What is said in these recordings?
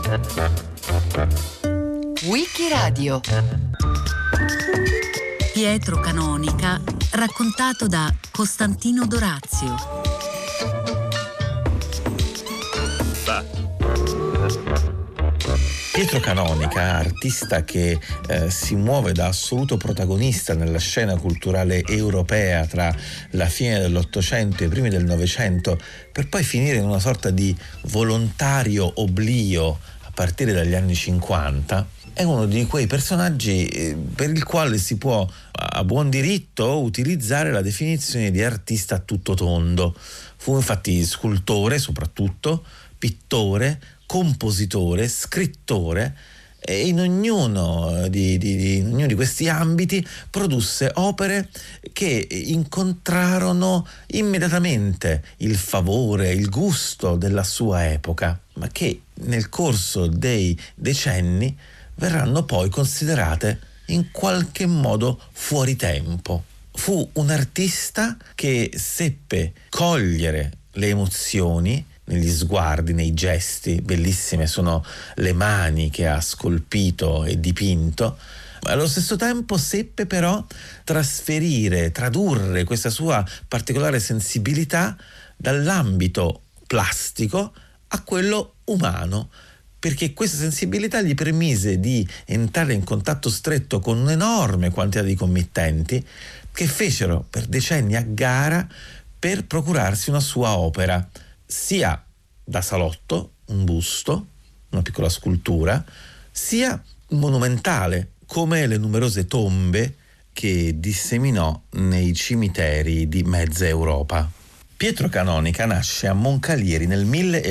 Wikiradio. Pietro Canonica, raccontato da Costantino Dorazio. Pietro Canonica, artista che si muove da assoluto protagonista nella scena culturale europea tra la fine dell'Ottocento e i primi del Novecento, per poi finire in una sorta di volontario oblio a partire dagli anni 50, è uno di quei personaggi per il quale si può a buon diritto utilizzare la definizione di artista a tutto tondo. Fu infatti scultore soprattutto, pittore, compositore, scrittore, e in ognuno di questi ambiti produsse opere che incontrarono immediatamente il favore, il gusto della sua epoca, ma che nel corso dei decenni verranno poi considerate in qualche modo fuori tempo. Fu un artista che seppe cogliere le emozioni negli sguardi, nei gesti. Bellissime sono le mani che ha scolpito e dipinto. Allo stesso tempo seppe però tradurre questa sua particolare sensibilità dall'ambito plastico a quello umano, perché questa sensibilità gli permise di entrare in contatto stretto con un'enorme quantità di committenti che fecero per decenni a gara per procurarsi una sua opera, sia da salotto, un busto, una piccola scultura, sia monumentale, come le numerose tombe che disseminò nei cimiteri di mezza Europa. Pietro Canonica nasce a Moncalieri nel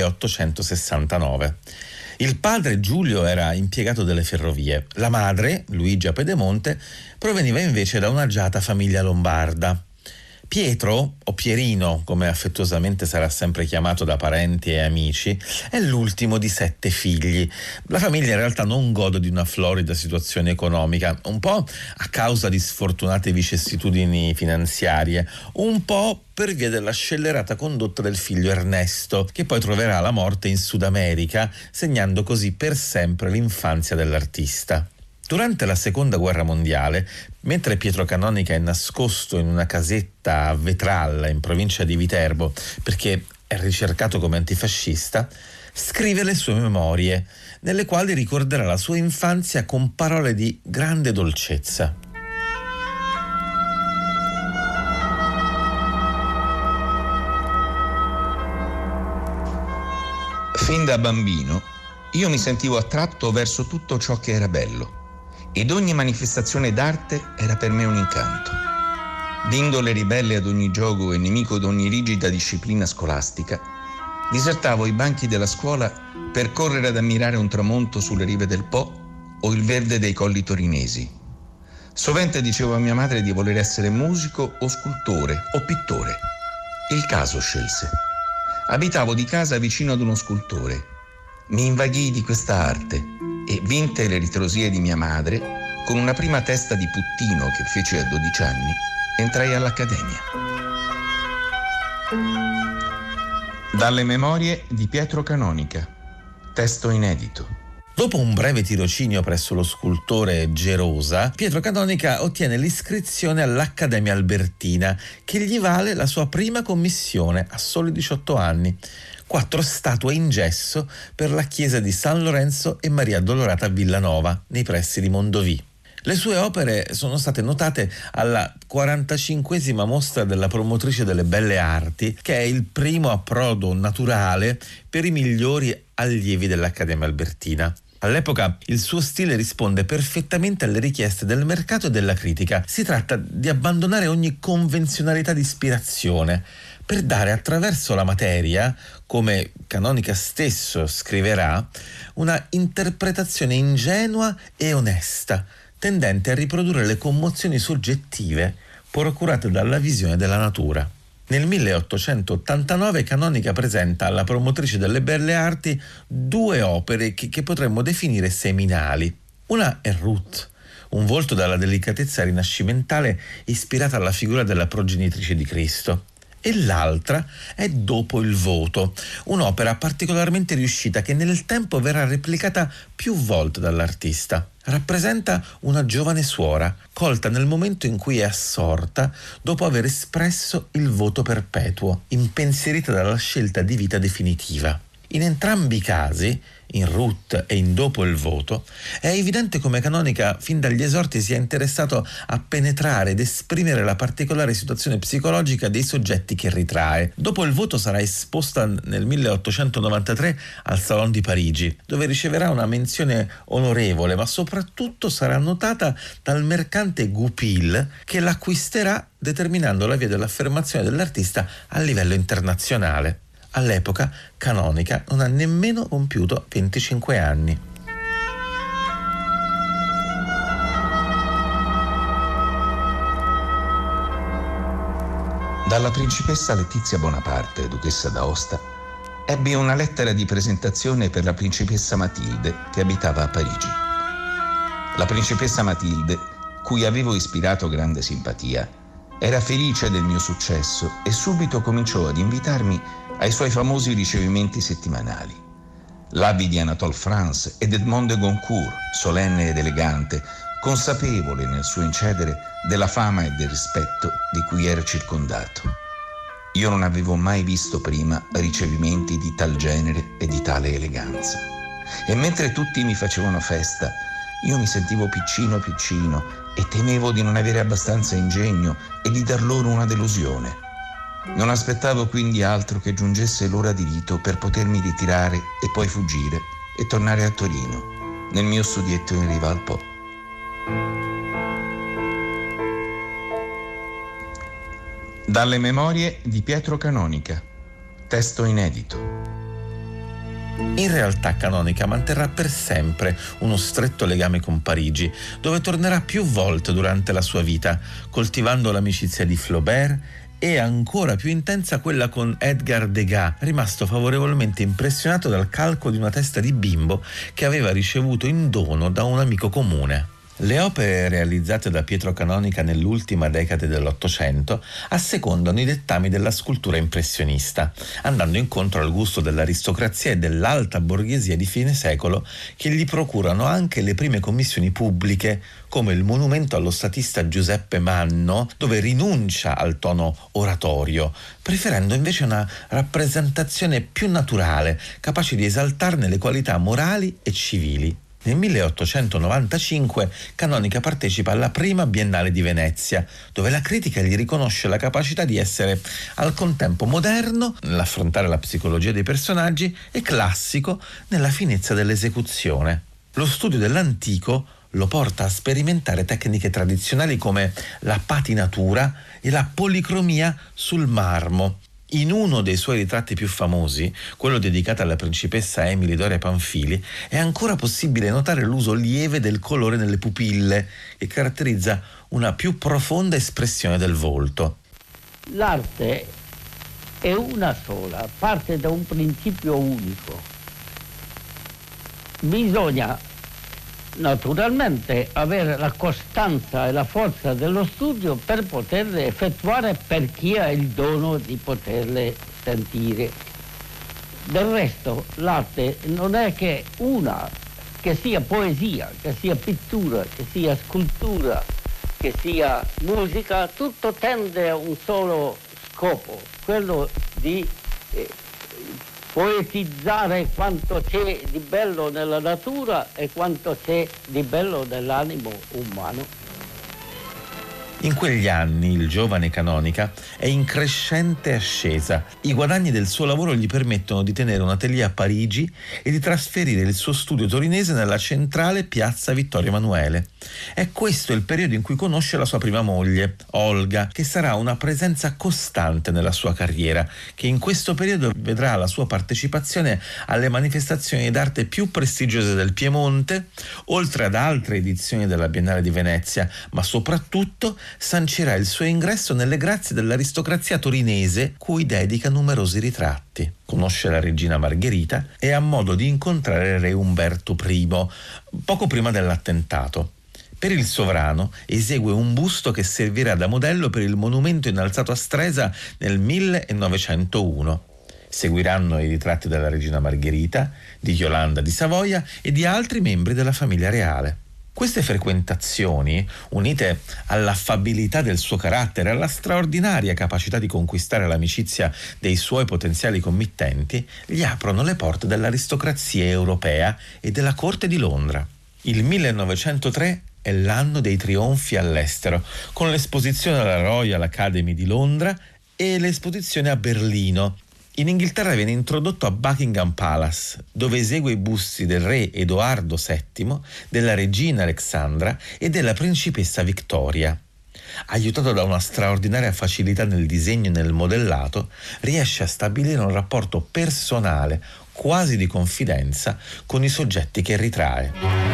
1869. Il padre Giulio era impiegato delle ferrovie. La madre, Luigia Pedemonte, proveniva invece da un'agiata famiglia lombarda. Pietro, o Pierino, come affettuosamente sarà sempre chiamato da parenti e amici, è l'ultimo di 7 figli. La famiglia in realtà non gode di una florida situazione economica, un po' a causa di sfortunate vicissitudini finanziarie, un po' per via della scellerata condotta del figlio Ernesto, che poi troverà la morte in Sud America, segnando così per sempre l'infanzia dell'artista. Durante la Seconda Guerra Mondiale, mentre Pietro Canonica è nascosto in una casetta a Vetralla, in provincia di Viterbo, perché è ricercato come antifascista, scrive le sue memorie, nelle quali ricorderà la sua infanzia con parole di grande dolcezza. Fin da bambino io mi sentivo attratto verso tutto ciò che era bello. Ed ogni manifestazione d'arte era per me un incanto. D'indole ribelle ad ogni gioco e nemico d'ogni rigida disciplina scolastica, disertavo i banchi della scuola per correre ad ammirare un tramonto sulle rive del Po o il verde dei colli torinesi. Sovente dicevo a mia madre di voler essere musico o scultore o pittore. Il caso scelse. Abitavo di casa vicino ad uno scultore. Mi invaghii di questa arte e, vinte le ritrosie di mia madre, con una prima testa di puttino che feci a 12 anni, entrai all'Accademia. Dalle memorie di Pietro Canonica, testo inedito. Dopo un breve tirocinio presso lo scultore Gerosa, Pietro Canonica ottiene l'iscrizione all'Accademia Albertina, che gli vale la sua prima commissione a soli 18 anni. 4 statue in gesso per la chiesa di San Lorenzo e Maria Addolorata a Villanova, nei pressi di Mondovì. Le sue opere sono state notate alla 45esima mostra della promotrice delle belle arti, che è il primo approdo naturale per i migliori allievi dell'Accademia Albertina. All'epoca il suo stile risponde perfettamente alle richieste del mercato e della critica. Si tratta di abbandonare ogni convenzionalità di ispirazione per dare attraverso la materia, come Canonica stesso scriverà, una interpretazione ingenua e onesta, tendente a riprodurre le commozioni soggettive procurate dalla visione della natura. Nel 1889 Canonica presenta alla promotrice delle belle arti 2 opere che potremmo definire seminali. Una è Ruth, un volto dalla delicatezza rinascimentale ispirata alla figura della progenitrice di Cristo, e l'altra è Dopo il voto, un'opera particolarmente riuscita che nel tempo verrà replicata più volte dall'artista. Rappresenta una giovane suora, colta nel momento in cui è assorta dopo aver espresso il voto perpetuo, impensierita dalla scelta di vita definitiva. In entrambi i casi, in Ruth e in Dopo il voto, è evidente come Canonica fin dagli esordi sia interessato a penetrare ed esprimere la particolare situazione psicologica dei soggetti che ritrae. Dopo il voto sarà esposta nel 1893 al Salon di Parigi, dove riceverà una menzione onorevole, ma soprattutto sarà notata dal mercante Goupil, che l'acquisterà determinando la via dell'affermazione dell'artista a livello internazionale. All'epoca Canonica non ha nemmeno compiuto 25 anni. Dalla principessa Letizia Bonaparte, duchessa d'Aosta, ebbi una lettera di presentazione per la principessa Matilde che abitava a Parigi. La principessa Matilde, cui avevo ispirato grande simpatia, era felice del mio successo e subito cominciò ad invitarmi ai suoi famosi ricevimenti settimanali. L'abbi di Anatole France ed Edmond de Goncourt, solenne ed elegante, consapevole nel suo incedere della fama e del rispetto di cui era circondato. Io non avevo mai visto prima ricevimenti di tal genere e di tale eleganza. E mentre tutti mi facevano festa, io mi sentivo piccino e temevo di non avere abbastanza ingegno e di dar loro una delusione. Non aspettavo quindi altro che giungesse l'ora di rito per potermi ritirare e poi fuggire e tornare a Torino, nel mio studietto in riva al Po. Dalle memorie di Pietro Canonica, testo inedito. In realtà Canonica manterrà per sempre uno stretto legame con Parigi, dove tornerà più volte durante la sua vita, coltivando l'amicizia di Flaubert e ancora più intensa quella con Edgar Degas, rimasto favorevolmente impressionato dal calco di una testa di bimbo che aveva ricevuto in dono da un amico comune. Le opere realizzate da Pietro Canonica nell'ultima decade dell'Ottocento assecondano i dettami della scultura impressionista, andando incontro al gusto dell'aristocrazia e dell'alta borghesia di fine secolo, che gli procurano anche le prime commissioni pubbliche, come il monumento allo statista Giuseppe Manno, dove rinuncia al tono oratorio, preferendo invece una rappresentazione più naturale, capace di esaltarne le qualità morali e civili. Nel 1895 Canonica partecipa alla prima Biennale di Venezia, dove la critica gli riconosce la capacità di essere al contempo moderno nell'affrontare la psicologia dei personaggi e classico nella finezza dell'esecuzione. Lo studio dell'antico lo porta a sperimentare tecniche tradizionali come la patinatura e la policromia sul marmo. In uno dei suoi ritratti più famosi, quello dedicato alla principessa Emily Doria Pamphili, è ancora possibile notare l'uso lieve del colore nelle pupille, che caratterizza una più profonda espressione del volto. L'arte è una sola, parte da un principio unico. Bisogna naturalmente avere la costanza e la forza dello studio per poterle effettuare per chi ha il dono di poterle sentire. Del resto l'arte non è che una, che sia poesia, che sia pittura, che sia scultura, che sia musica, tutto tende a un solo scopo, quello di poetizzare quanto c'è di bello nella natura e quanto c'è di bello nell'animo umano. In quegli anni il giovane Canonica è in crescente ascesa. I guadagni del suo lavoro gli permettono di tenere un atelier a Parigi e di trasferire il suo studio torinese nella centrale piazza Vittorio Emanuele. È questo il periodo in cui conosce la sua prima moglie, Olga, che sarà una presenza costante nella sua carriera, che in questo periodo vedrà la sua partecipazione alle manifestazioni d'arte più prestigiose del Piemonte, oltre ad altre edizioni della Biennale di Venezia, ma soprattutto sancirà il suo ingresso nelle grazie dell'aristocrazia torinese, cui dedica numerosi ritratti. Conosce la regina Margherita e ha modo di incontrare il re Umberto I poco prima dell'attentato. Per il sovrano esegue un busto che servirà da modello per il monumento innalzato a Stresa nel 1901. Seguiranno i ritratti della regina Margherita, di Yolanda di Savoia e di altri membri della famiglia reale. Queste frequentazioni, unite all'affabilità del suo carattere e alla straordinaria capacità di conquistare l'amicizia dei suoi potenziali committenti, gli aprono le porte dell'aristocrazia europea e della corte di Londra. Il 1903 è l'anno dei trionfi all'estero, con l'esposizione alla Royal Academy di Londra e l'esposizione a Berlino. In Inghilterra viene introdotto a Buckingham Palace, dove esegue i busti del re Edoardo VII, della regina Alexandra e della principessa Victoria. Aiutato da una straordinaria facilità nel disegno e nel modellato, riesce a stabilire un rapporto personale, quasi di confidenza, con i soggetti che ritrae.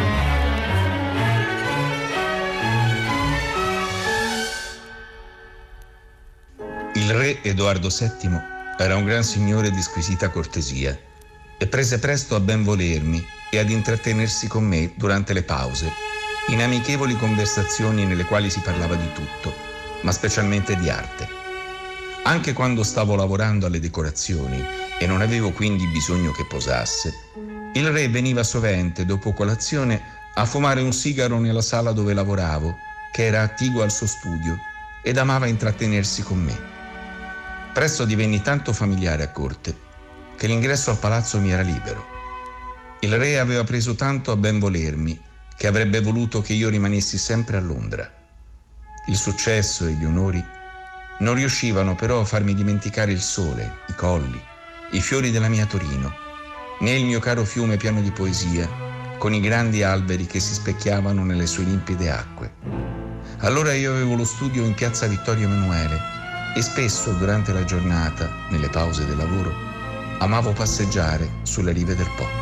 Il re Edoardo VII era un gran signore di squisita cortesia e prese presto a ben volermi e ad intrattenersi con me durante le pause, in amichevoli conversazioni nelle quali si parlava di tutto, ma specialmente di arte. Anche quando stavo lavorando alle decorazioni e non avevo quindi bisogno che posasse, il re veniva sovente dopo colazione a fumare un sigaro nella sala dove lavoravo, che era attigua al suo studio, ed amava intrattenersi con me. Presto divenni tanto familiare a corte che l'ingresso al palazzo mi era libero. Il re aveva preso tanto a ben volermi che avrebbe voluto che io rimanessi sempre a Londra. Il successo e gli onori non riuscivano però a farmi dimenticare il sole, i colli, i fiori della mia Torino, né il mio caro fiume pieno di poesia, con i grandi alberi che si specchiavano nelle sue limpide acque. Allora io avevo lo studio in piazza Vittorio Emanuele e spesso durante la giornata, nelle pause del lavoro, amavo passeggiare sulle rive del Po.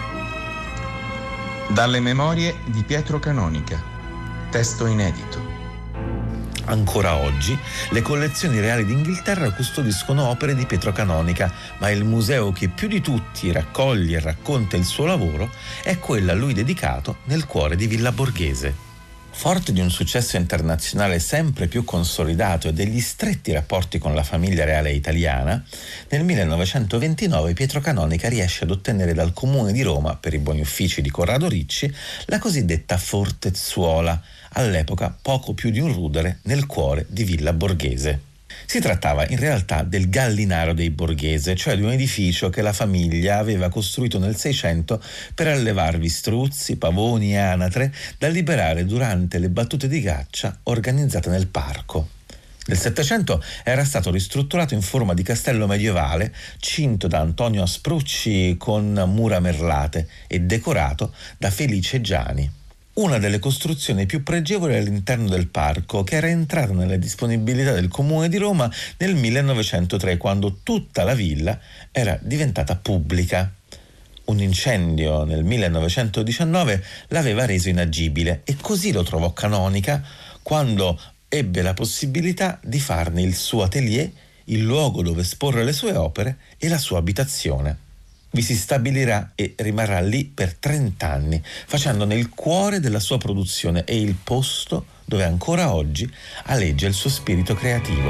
Dalle memorie di Pietro Canonica, testo inedito. Ancora oggi le collezioni reali d'Inghilterra custodiscono opere di Pietro Canonica, ma il museo che più di tutti raccoglie e racconta il suo lavoro è quello a lui dedicato nel cuore di Villa Borghese. Forte di un successo internazionale sempre più consolidato e degli stretti rapporti con la famiglia reale italiana, nel 1929 Pietro Canonica riesce ad ottenere dal Comune di Roma, per i buoni uffici di Corrado Ricci, la cosiddetta fortezzuola, all'epoca poco più di un rudere nel cuore di Villa Borghese. Si trattava in realtà del Gallinaro dei Borghese, cioè di un edificio che la famiglia aveva costruito nel Seicento per allevarvi struzzi, pavoni e anatre da liberare durante le battute di caccia organizzate nel parco. Nel Settecento era stato ristrutturato in forma di castello medievale, cinto da Antonio Asprucci con mura merlate e decorato da Felice Giani. Una delle costruzioni più pregevoli all'interno del parco, che era entrata nelle disponibilità del Comune di Roma nel 1903, quando tutta la villa era diventata pubblica. Un incendio nel 1919 l'aveva reso inagibile e così lo trovò Canonica quando ebbe la possibilità di farne il suo atelier, il luogo dove esporre le sue opere e la sua abitazione. Vi si stabilirà e rimarrà lì per 30 anni, facendone il cuore della sua produzione e il posto dove ancora oggi aleggia il suo spirito creativo.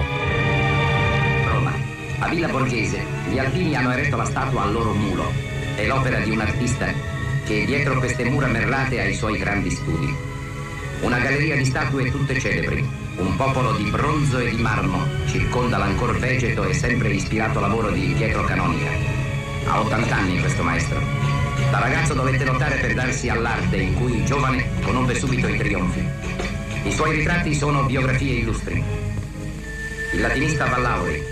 Roma, a Villa Borghese, gli alpini hanno eretto la statua al loro mulo. È l'opera di un artista che dietro queste mura merlate ha i suoi grandi studi. Una galleria di statue tutte celebri, un popolo di bronzo e di marmo circonda l'ancor vegeto e sempre ispirato lavoro di Pietro Canonica. Ha 80 anni questo maestro. Da ragazzo dovette lottare per darsi all'arte, in cui giovane conobbe subito i trionfi. I suoi ritratti sono biografie illustri. Il latinista Vallauri,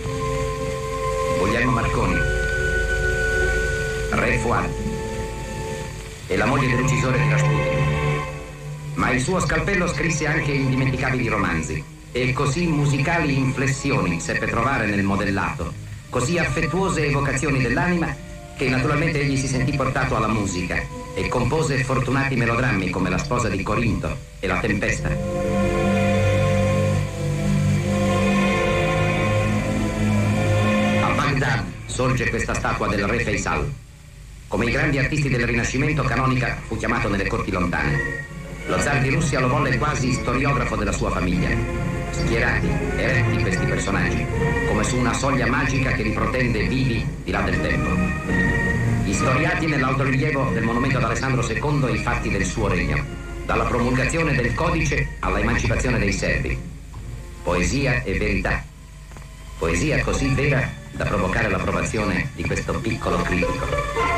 Guglielmo Marconi, Re Fuad e la moglie dell'uccisore di Rasputin. Ma il suo scalpello scrisse anche indimenticabili romanzi e così musicali inflessioni seppe trovare nel modellato, così affettuose evocazioni dell'anima, che naturalmente egli si sentì portato alla musica e compose fortunati melodrammi come La sposa di Corinto e La tempesta. A Baghdad sorge questa statua del re Faisal. Come i grandi artisti del Rinascimento, Canonica fu chiamato nelle corti lontane. Lo zar di Russia lo volle quasi storiografo della sua famiglia. Schierati, eretti questi personaggi, come su una soglia magica che li protende vivi di là del tempo. Istoriati nell'altorilievo del monumento ad Alessandro II i fatti del suo regno, dalla promulgazione del codice alla emancipazione dei servi. Poesia e verità. Poesia così vera da provocare l'approvazione di questo piccolo critico.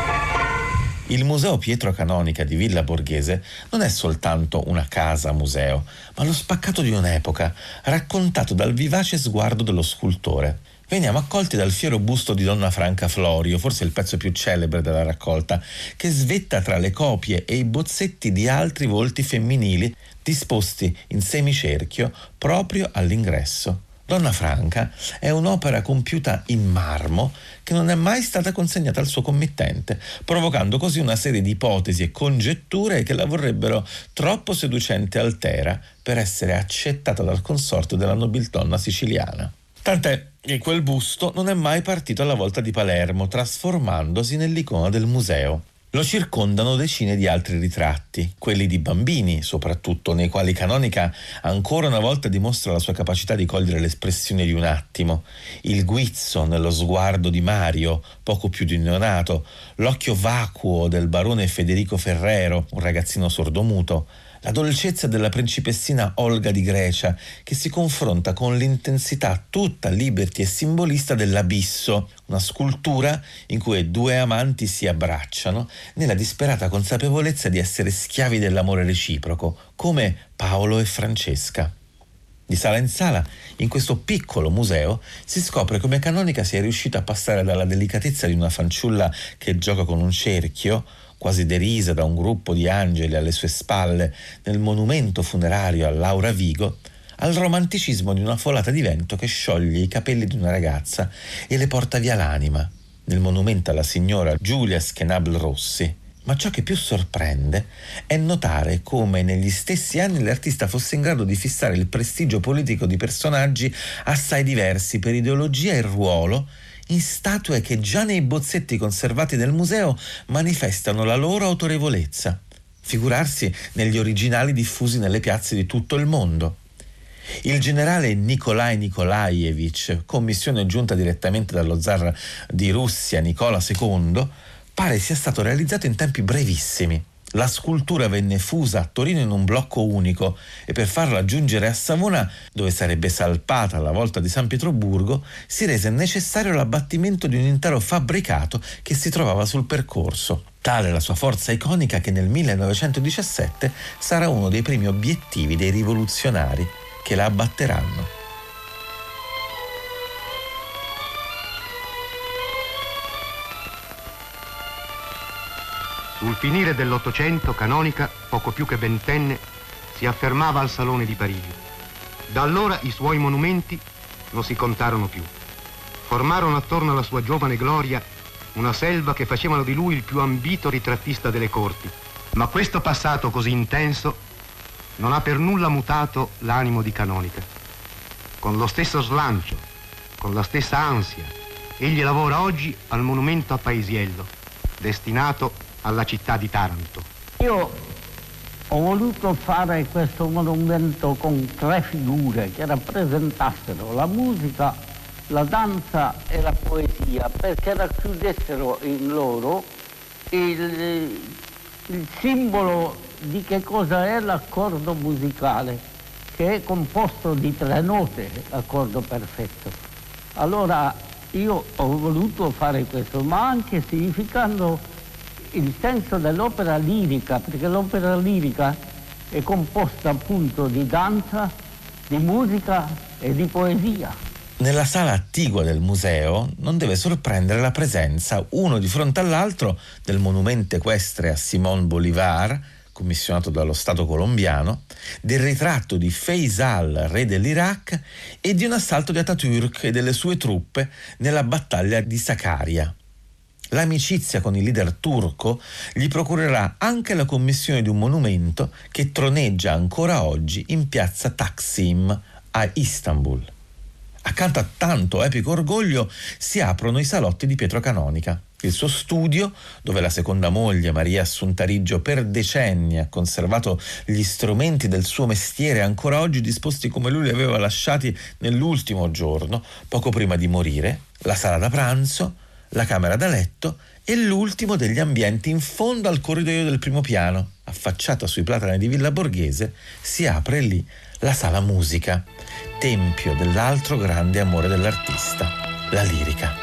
Il Museo Pietro Canonica di Villa Borghese non è soltanto una casa museo, ma lo spaccato di un'epoca, raccontato dal vivace sguardo dello scultore. Veniamo accolti dal fiero busto di Donna Franca Florio, forse il pezzo più celebre della raccolta, che svetta tra le copie e i bozzetti di altri volti femminili disposti in semicerchio proprio all'ingresso. Donna Franca è un'opera compiuta in marmo che non è mai stata consegnata al suo committente, provocando così una serie di ipotesi e congetture che la vorrebbero troppo seducente e altera per essere accettata dal consorte della nobildonna siciliana. Tant'è che quel busto non è mai partito alla volta di Palermo, trasformandosi nell'icona del museo. Lo circondano decine di altri ritratti, quelli di bambini soprattutto, nei quali Canonica ancora una volta dimostra la sua capacità di cogliere l'espressione di un attimo, il guizzo nello sguardo di Mario, poco più di un neonato, l'occhio vacuo del barone Federico Ferrero, un ragazzino sordomuto, la dolcezza della principessina Olga di Grecia, che si confronta con l'intensità tutta liberty e simbolista dell'Abisso, una scultura in cui due amanti si abbracciano nella disperata consapevolezza di essere schiavi dell'amore reciproco, come Paolo e Francesca. Di sala in sala, in questo piccolo museo, si scopre come Canonica sia riuscita a passare dalla delicatezza di una fanciulla che gioca con un cerchio, quasi derisa da un gruppo di angeli alle sue spalle, nel monumento funerario a Laura Vigo, al romanticismo di una folata di vento che scioglie i capelli di una ragazza e le porta via l'anima, nel monumento alla signora Giulia Schenabel Rossi. Ma ciò che più sorprende è notare come negli stessi anni l'artista fosse in grado di fissare il prestigio politico di personaggi assai diversi per ideologia e ruolo, in statue che già nei bozzetti conservati nel museo manifestano la loro autorevolezza. Figurarsi negli originali diffusi nelle piazze di tutto il mondo. Il generale Nikolai Nikolaevich, commissione giunta direttamente dallo zar di Russia Nicola II, pare sia stato realizzato in tempi brevissimi. La scultura venne fusa a Torino in un blocco unico e per farla giungere a Savona, dove sarebbe salpata alla volta di San Pietroburgo, si rese necessario l'abbattimento di un intero fabbricato che si trovava sul percorso. Tale la sua forza iconica che nel 1917 sarà uno dei primi obiettivi dei rivoluzionari che la abbatteranno. Sul finire dell'Ottocento, Canonica, poco più che ventenne, si affermava al Salone di Parigi. Da allora i suoi monumenti non si contarono più. Formarono attorno alla sua giovane gloria una selva che facevano di lui il più ambito ritrattista delle corti. Ma questo passato così intenso non ha per nulla mutato l'animo di Canonica. Con lo stesso slancio, con la stessa ansia, egli lavora oggi al monumento a Paesiello, destinato alla città di Taranto. Io ho voluto fare questo monumento con 3 figure che rappresentassero la musica, la danza e la poesia, perché racchiudessero in loro il simbolo di che cosa è l'accordo musicale, che è composto di 3 note, l'accordo perfetto. Allora io ho voluto fare questo, ma anche significando il senso dell'opera lirica, perché l'opera lirica è composta appunto di danza, di musica e di poesia. Nella sala attigua del museo non deve sorprendere la presenza, uno di fronte all'altro, del monumento equestre a Simón Bolívar, commissionato dallo Stato colombiano, del ritratto di Faisal, re dell'Iraq, e di un assalto di Atatürk e delle sue truppe nella battaglia di Sakarya. L'amicizia con il leader turco gli procurerà anche la commissione di un monumento che troneggia ancora oggi in piazza Taksim a Istanbul. Accanto a tanto epico orgoglio si aprono i salotti di Pietro Canonica. Il suo studio, dove la seconda moglie, Maria Assunta Riggio, per decenni ha conservato gli strumenti del suo mestiere, ancora oggi disposti come lui li aveva lasciati nell'ultimo giorno, poco prima di morire, la sala da pranzo, la camera da letto e l'ultimo degli ambienti in fondo al corridoio del primo piano, affacciata sui platani di Villa Borghese, si apre lì la sala musica, tempio dell'altro grande amore dell'artista, la lirica.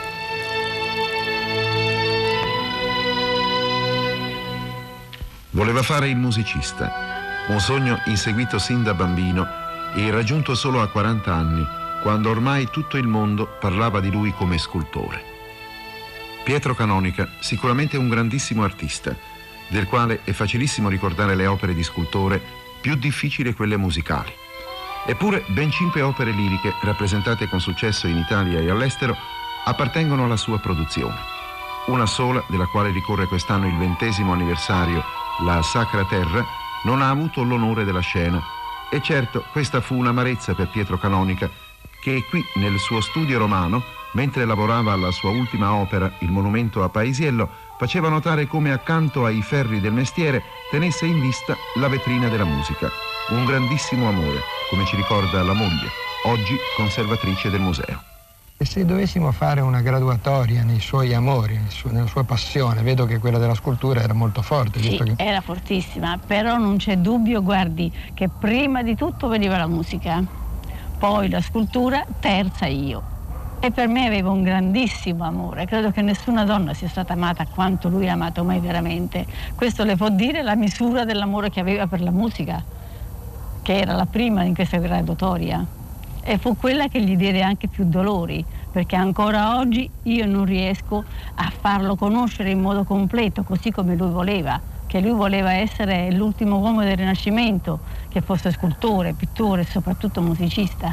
Voleva fare il musicista, un sogno inseguito sin da bambino e raggiunto solo a 40 anni, quando ormai tutto il mondo parlava di lui come scultore. Pietro Canonica sicuramente un grandissimo artista, del quale è facilissimo ricordare le opere di scultore, più difficili quelle musicali. Eppure ben 5 opere liriche, rappresentate con successo in Italia e all'estero, appartengono alla sua produzione. Una sola, della quale ricorre quest'anno il 20° anniversario, La Sacra Terra, non ha avuto l'onore della scena. E certo, questa fu un'amarezza per Pietro Canonica, che qui nel suo studio romano, mentre lavorava alla sua ultima opera, Il monumento a Paisiello, faceva notare come accanto ai ferri del mestiere tenesse in vista la vetrina della musica. Un grandissimo amore, come ci ricorda la moglie, oggi conservatrice del museo. Se dovessimo fare una graduatoria nei suoi amori, nella sua passione, vedo che quella della scultura era molto forte. Sì, che... era fortissima, però non c'è dubbio, guardi, che prima di tutto veniva la musica, poi la scultura, terza io. E per me aveva un grandissimo amore, credo che nessuna donna sia stata amata quanto lui ha amato mai veramente. Questo le può dire la misura dell'amore che aveva per la musica, che era la prima in questa graduatoria. E fu quella che gli diede anche più dolori, perché ancora oggi io non riesco a farlo conoscere in modo completo, così come lui voleva, che lui voleva essere l'ultimo uomo del Rinascimento, che fosse scultore, pittore e soprattutto musicista.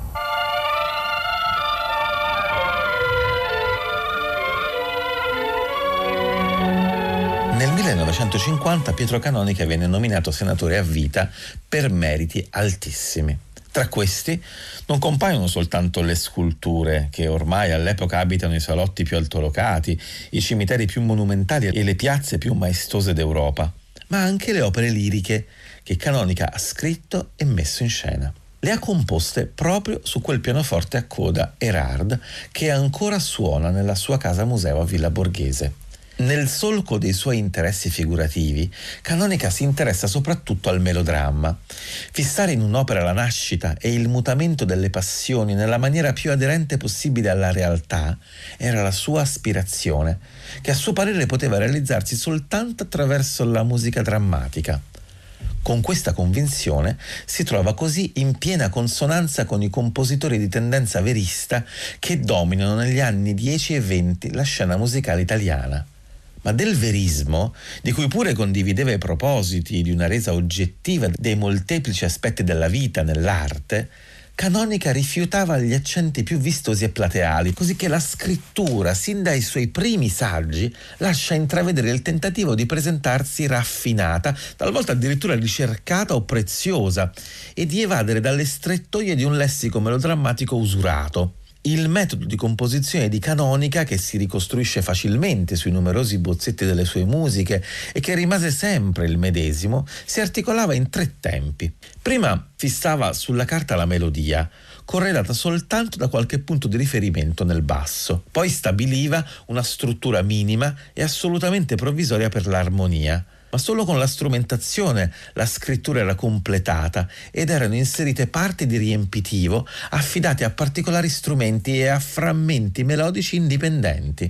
Nel 1950 Pietro Canonica viene nominato senatore a vita per meriti altissimi. Tra questi non compaiono soltanto le sculture, che ormai all'epoca abitano i salotti più altolocati, i cimiteri più monumentali e le piazze più maestose d'Europa, ma anche le opere liriche che Canonica ha scritto e messo in scena. Le ha composte proprio su quel pianoforte a coda Erard che ancora suona nella sua casa museo a Villa Borghese. Nel solco dei suoi interessi figurativi, Canonica si interessa soprattutto al melodramma. Fissare in un'opera la nascita e il mutamento delle passioni nella maniera più aderente possibile alla realtà era la sua aspirazione, che a suo parere poteva realizzarsi soltanto attraverso la musica drammatica. Con questa convinzione si trova così in piena consonanza con i compositori di tendenza verista che dominano negli anni 10 e 20 la scena musicale italiana. Ma del verismo, di cui pure condivideva i propositi di una resa oggettiva dei molteplici aspetti della vita nell'arte, Canonica rifiutava gli accenti più vistosi e plateali, così che la scrittura, sin dai suoi primi saggi, lascia intravedere il tentativo di presentarsi raffinata, talvolta addirittura ricercata o preziosa, e di evadere dalle strettoie di un lessico melodrammatico usurato. Il metodo di composizione di Canonica, che si ricostruisce facilmente sui numerosi bozzetti delle sue musiche e che rimase sempre il medesimo, si articolava in 3 tempi. Prima fissava sulla carta la melodia, corredata soltanto da qualche punto di riferimento nel basso. Poi stabiliva una struttura minima e assolutamente provvisoria per l'armonia. Ma solo con la strumentazione la scrittura era completata ed erano inserite parti di riempitivo affidate a particolari strumenti e a frammenti melodici indipendenti.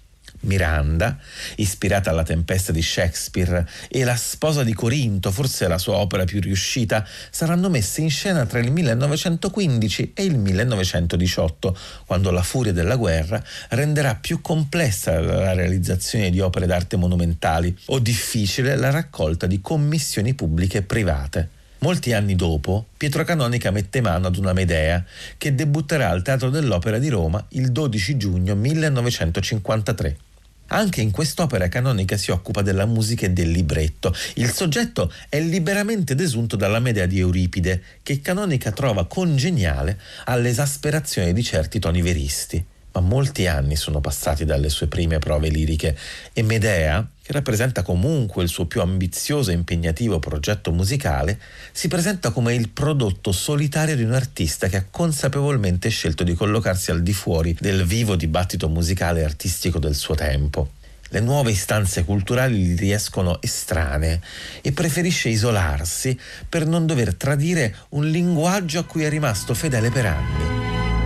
Miranda, ispirata alla Tempesta di Shakespeare, e La sposa di Corinto, forse la sua opera più riuscita, saranno messe in scena tra il 1915 e il 1918, quando la furia della guerra renderà più complessa la realizzazione di opere d'arte monumentali o difficile la raccolta di commissioni pubbliche e private. Molti anni dopo, Pietro Canonica mette mano ad una Medea che debutterà al Teatro dell'Opera di Roma il 12 giugno 1953. Anche in quest'opera Canonica si occupa della musica e del libretto. Il soggetto è liberamente desunto dalla Medea di Euripide, che Canonica trova congeniale all'esasperazione di certi toni veristi. ma molti anni sono passati dalle sue prime prove liriche e Medea, che rappresenta comunque il suo più ambizioso e impegnativo progetto musicale, si presenta come il prodotto solitario di un artista che ha consapevolmente scelto di collocarsi al di fuori del vivo dibattito musicale e artistico del suo tempo. Le nuove istanze culturali gli riescono estranee e preferisce isolarsi per non dover tradire un linguaggio a cui è rimasto fedele per anni.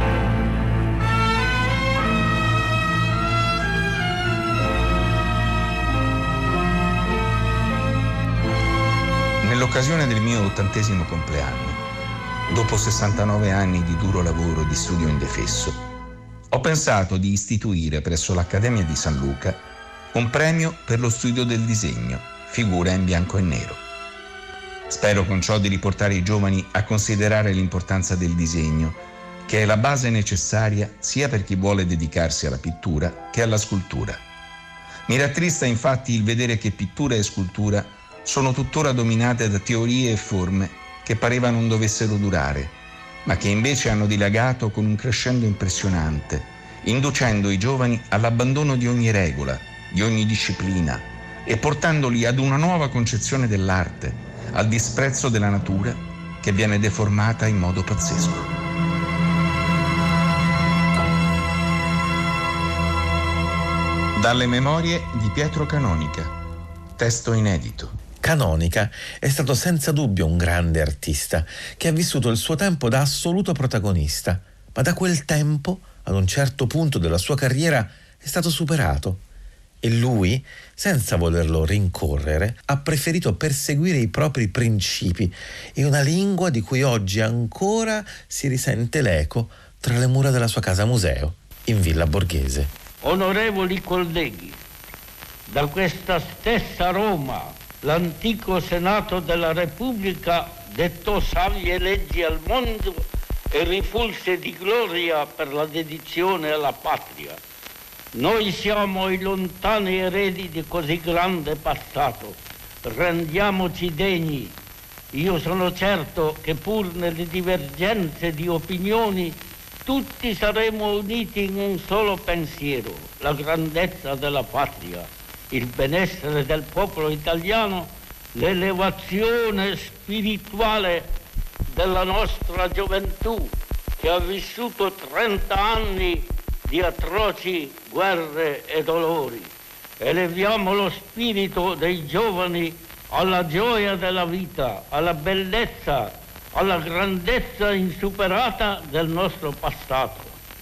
Nell'occasione del mio 80° compleanno, dopo 69 anni di duro lavoro e di studio indefesso, ho pensato di istituire presso l'Accademia di San Luca un premio per lo studio del disegno, figura in bianco e nero. Spero con ciò di riportare i giovani a considerare l'importanza del disegno, che è la base necessaria sia per chi vuole dedicarsi alla pittura che alla scultura. Mi rattrista infatti il vedere che pittura e scultura sono tuttora dominate da teorie e forme che pareva non dovessero durare, ma che invece hanno dilagato con un crescendo impressionante, inducendo i giovani all'abbandono di ogni regola, di ogni disciplina e portandoli ad una nuova concezione dell'arte, al disprezzo della natura che viene deformata in modo pazzesco. Dalle memorie di Pietro Canonica, testo inedito. Canonica è stato senza dubbio un grande artista che ha vissuto il suo tempo da assoluto protagonista, ma da quel tempo, ad un certo punto della sua carriera, è stato superato. E lui, senza volerlo rincorrere, ha preferito perseguire i propri principi e una lingua di cui oggi ancora si risente l'eco tra le mura della sua casa museo in Villa Borghese. Onorevoli colleghi, da questa stessa Roma, l'antico Senato della Repubblica dettò savie leggi al mondo e rifulse di gloria per la dedizione alla patria. Noi siamo i lontani eredi di così grande passato. Rendiamoci degni. Io sono certo che pur nelle divergenze di opinioni tutti saremo uniti in un solo pensiero: la grandezza della patria, il benessere del popolo italiano, l'elevazione spirituale della nostra gioventù che ha vissuto 30 anni di atroci guerre e dolori. Eleviamo lo spirito dei giovani alla gioia della vita, alla bellezza, alla grandezza insuperata del nostro passato.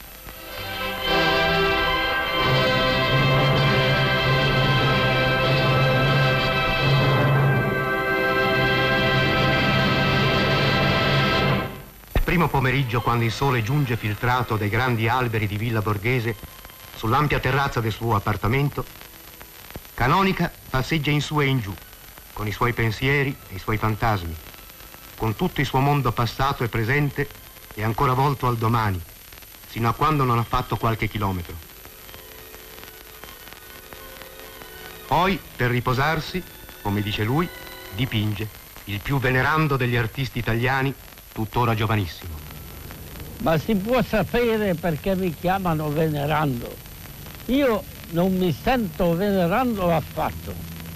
Primo pomeriggio, quando il sole giunge filtrato dai grandi alberi di Villa Borghese sull'ampia terrazza del suo appartamento, Canonica passeggia in su e in giù, con i suoi pensieri e i suoi fantasmi, con tutto il suo mondo passato e presente e ancora volto al domani, sino a quando non ha fatto qualche chilometro. Poi, per riposarsi, come dice lui, dipinge, il più venerando degli artisti italiani, tuttora giovanissimo. Ma si può sapere perché mi chiamano venerando? Io non mi sento venerando affatto.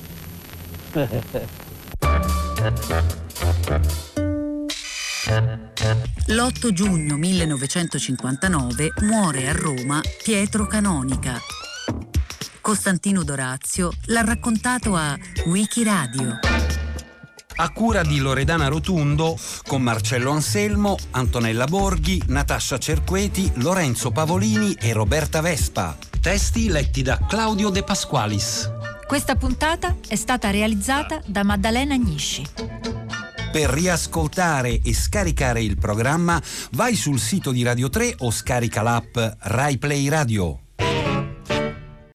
L'8 giugno 1959 muore a Roma Pietro Canonica. Costantino Dorazio l'ha raccontato a Wikiradio. A cura di Loredana Rotundo, con Marcello Anselmo, Antonella Borghi, Natascia Cerqueti, Lorenzo Pavolini e Roberta Vespa. Testi letti da Claudio De Pasqualis. Questa puntata è stata realizzata da Maddalena Agnisci. Per riascoltare e scaricare il programma, vai sul sito di Radio 3 o scarica l'app Rai Play Radio.